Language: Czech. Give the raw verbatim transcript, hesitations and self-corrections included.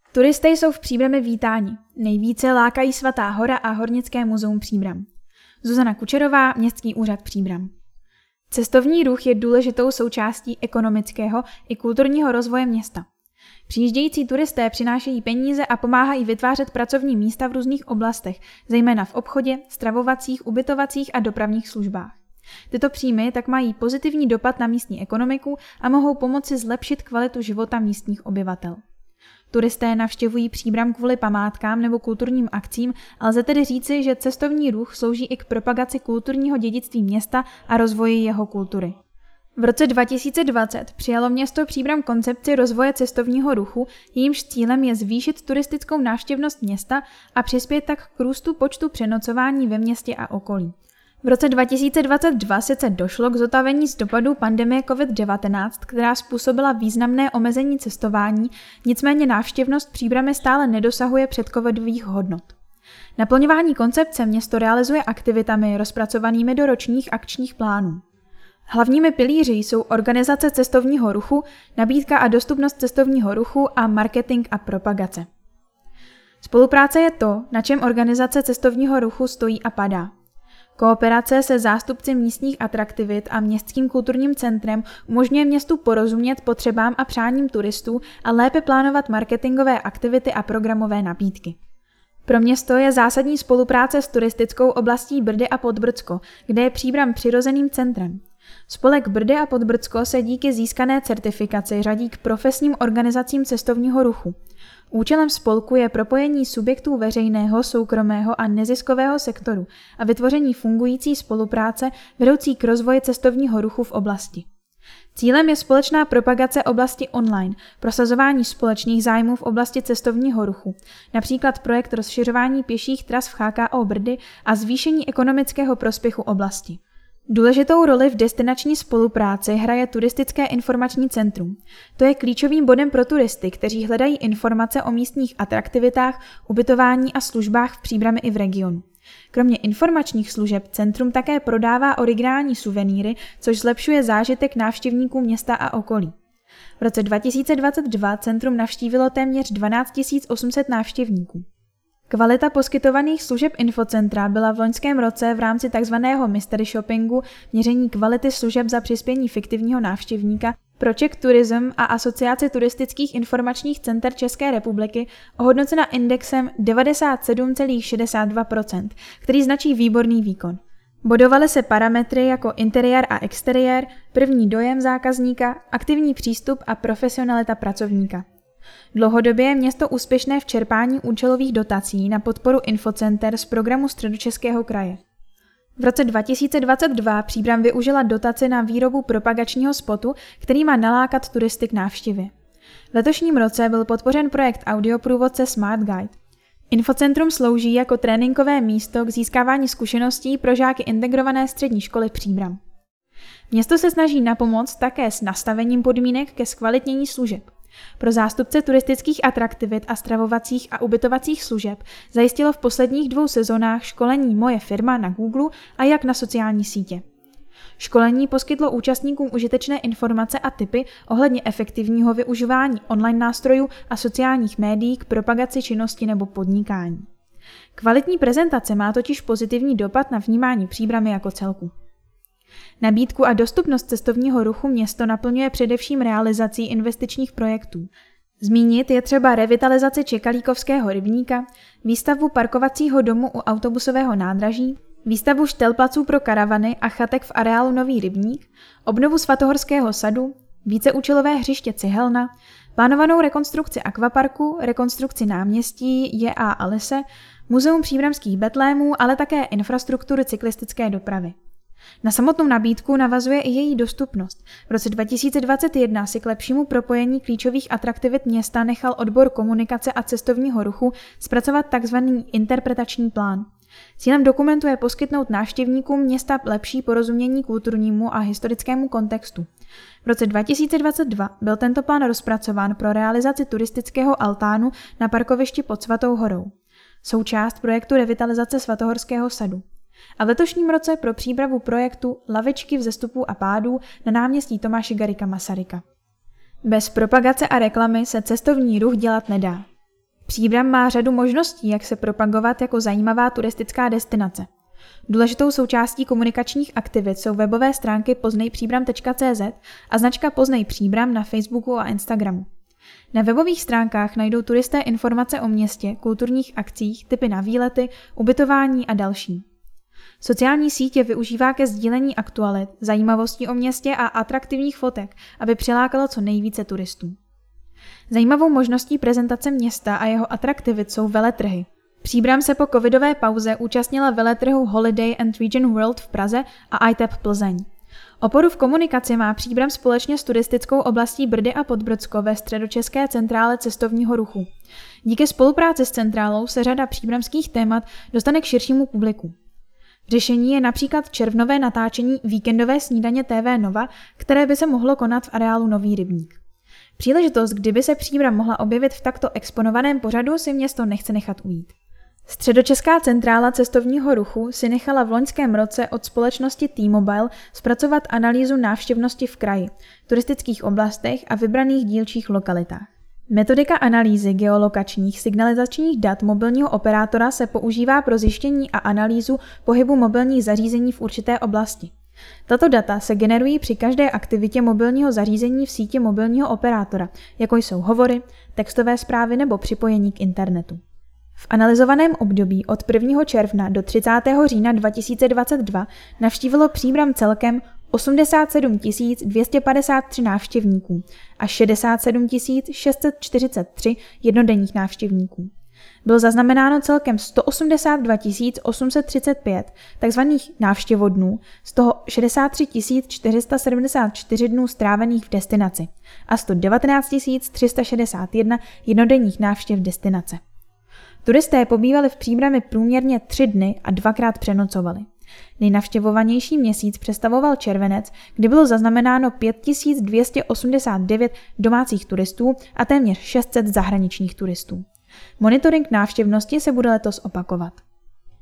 Turisté jsou v Příbrami vítáni. Nejvíce lákají Svatá hora a Hornické muzeum Příbram. Zuzana Kučerová, Městský úřad Příbram. Cestovní ruch je důležitou součástí ekonomického i kulturního rozvoje města. Přijíždějící turisté přinášejí peníze a pomáhají vytvářet pracovní místa v různých oblastech, zejména v obchodě, stravovacích, ubytovacích a dopravních službách. Tyto příjmy tak mají pozitivní dopad na místní ekonomiku a mohou pomoci zlepšit kvalitu života místních obyvatel. Turisté navštěvují Příbram kvůli památkám nebo kulturním akcím, ale lze tedy říci, že cestovní ruch slouží i k propagaci kulturního dědictví města a rozvoji jeho kultury. V roce dva tisíce dvacet přijalo město Příbram koncepci rozvoje cestovního ruchu, jejímž cílem je zvýšit turistickou návštěvnost města a přispět tak k růstu počtu přenocování ve městě a okolí. V roce dva tisíce dvacet dva sice došlo k zotavení z dopadů pandemie covid devatenáct, která způsobila významné omezení cestování, nicméně návštěvnost Příbrami stále nedosahuje předcovidových hodnot. Naplňování koncepce město realizuje aktivitami rozpracovanými do ročních akčních plánů. Hlavními pilíři jsou organizace cestovního ruchu, nabídka a dostupnost cestovního ruchu a marketing a propagace. Spolupráce je to, na čem organizace cestovního ruchu stojí a padá. Kooperace se zástupci místních atraktivit a městským kulturním centrem umožňuje městu porozumět potřebám a přáním turistů a lépe plánovat marketingové aktivity a programové nabídky. Pro město je zásadní spolupráce s turistickou oblastí Brdy a Podbrdsko, kde je Příbram přirozeným centrem. Spolek Brdy a Podbrdsko se díky získané certifikaci řadí k profesním organizacím cestovního ruchu. Účelem spolku je propojení subjektů veřejného, soukromého a neziskového sektoru a vytvoření fungující spolupráce vedoucí k rozvoji cestovního ruchu v oblasti. Cílem je společná propagace oblasti online, prosazování společných zájmů v oblasti cestovního ruchu, například projekt rozšiřování pěších tras v H K O Brdy a zvýšení ekonomického prospěchu oblasti. Důležitou roli v destinační spolupráci hraje turistické informační centrum. To je klíčovým bodem pro turisty, kteří hledají informace o místních atraktivitách, ubytování a službách v Příbrami i v regionu. Kromě informačních služeb centrum také prodává originální suvenýry, což zlepšuje zážitek návštěvníků města a okolí. V roce dva tisíce dvacet dva centrum navštívilo téměř dvanáct tisíc osm set návštěvníků. Kvalita poskytovaných služeb infocentra byla v loňském roce v rámci tzv. Mystery shoppingu, měření kvality služeb za přispění fiktivního návštěvníka, pro Czech Tourism a Asociaci turistických informačních center České republiky ohodnocena indexem devadesát sedm celá šedesát dva procenta, který značí výborný výkon. Bodovaly se parametry jako interiér a exteriér, první dojem zákazníka, aktivní přístup a profesionalita pracovníka. Dlouhodobě je město úspěšné v čerpání účelových dotací na podporu infocenter z programu Středočeského kraje. V roce dva tisíce dvacet dva Příbram využila dotaci na výrobu propagačního spotu, který má nalákat turisty k návštěvě. V letošním roce byl podpořen projekt audioprůvodce Smart Guide. Infocentrum slouží jako tréninkové místo k získávání zkušeností pro žáky integrované střední školy Příbram. Město se snaží napomoct také s nastavením podmínek ke zkvalitnění služeb. Pro zástupce turistických atraktivit a stravovacích a ubytovacích služeb zajistilo v posledních dvou sezónách školení Moje firma na Google a jak na sociální sítě. Školení poskytlo účastníkům užitečné informace a tipy ohledně efektivního využívání online nástrojů a sociálních médií k propagaci činnosti nebo podnikání. Kvalitní prezentace má totiž pozitivní dopad na vnímání Příbrami jako celku. Nabídku a dostupnost cestovního ruchu město naplňuje především realizací investičních projektů. Zmínit je třeba revitalizaci Čekalíkovského rybníka, výstavbu parkovacího domu u autobusového nádraží, výstavbu štelplaců pro karavany a chatek v areálu Nový rybník, obnovu Svatohorského sadu, víceúčelové hřiště Cihelna, plánovanou rekonstrukci akvaparku, rekonstrukci náměstí J A Alise, muzeum příbramských betlémů, ale také infrastruktury cyklistické dopravy. Na samotnou nabídku navazuje i její dostupnost. V roce dva tisíce dvacet jedna si k lepšímu propojení klíčových atraktivit města nechal odbor komunikace a cestovního ruchu zpracovat tzv. Interpretační plán. Cílem dokumentu je poskytnout návštěvníkům města lepší porozumění kulturnímu a historickému kontextu. V roce dva tisíce dvacet dva byl tento plán rozpracován pro realizaci turistického altánu na parkovišti pod Svatou horou. Součást projektu revitalizace Svatohorského sadu. A v letošním roce pro přípravu projektu Lavičky vzestupů a pádů na náměstí Tomáše Garrigua Masaryka. Bez propagace a reklamy se cestovní ruch dělat nedá. Příbram má řadu možností, jak se propagovat jako zajímavá turistická destinace. Důležitou součástí komunikačních aktivit jsou webové stránky poznejpříbram tečka cé zet a značka Poznej Příbram na Facebooku a Instagramu. Na webových stránkách najdou turisté informace o městě, kulturních akcích, tipy na výlety, ubytování a další. Sociální sítě využívá ke sdílení aktualit, zajímavostí o městě a atraktivních fotek, aby přilákalo co nejvíce turistů. Zajímavou možností prezentace města a jeho atraktivit jsou veletrhy. Příbram se po covidové pauze účastnila veletrhu Holiday and Region World v Praze a I T E P Plzeň. Oporu v komunikaci má Příbram společně s turistickou oblastí Brdy a Podbrodsko ve Středočeské centrále cestovního ruchu. Díky spolupráci s centrálou se řada příbramských témat dostane k širšímu publiku. Řešení je například červnové natáčení víkendové snídaně T V Nova, které by se mohlo konat v areálu Nový Rybník. Příležitost, kdyby se Příbram mohla objevit v takto exponovaném pořadu, si město nechce nechat ujít. Středočeská centrála cestovního ruchu si nechala v loňském roce od společnosti T-Mobile zpracovat analýzu návštěvnosti v kraji, turistických oblastech a vybraných dílčích lokalitách. Metodika analýzy geolokačních signalizačních dat mobilního operátora se používá pro zjištění a analýzu pohybu mobilních zařízení v určité oblasti. Tato data se generují při každé aktivitě mobilního zařízení v síti mobilního operátora, jako jsou hovory, textové zprávy nebo připojení k internetu. V analyzovaném období od prvního června do třicátého října dva tisíce dvacet dva navštívilo Příbram celkem osmdesát sedm tisíc dvě stě padesát tři návštěvníků a šedesát sedm tisíc šest set čtyřicet tři jednodenních návštěvníků. Bylo zaznamenáno celkem sto osmdesát dva tisíc osm set třicet pět tzv. Návštěvodnů, z toho šedesát tři tisíc čtyři sta sedmdesát čtyři dnů strávených v destinaci a sto devatenáct tisíc tři sta šedesát jedna jednodenních návštěv destinace. Turisté pobývali v Příbrami průměrně tři dny a dvakrát přenocovali. Nejnavštěvovanější měsíc představoval červenec, kdy bylo zaznamenáno pět tisíc dvě stě osmdesát devět domácích turistů a téměř šest set zahraničních turistů. Monitoring návštěvnosti se bude letos opakovat.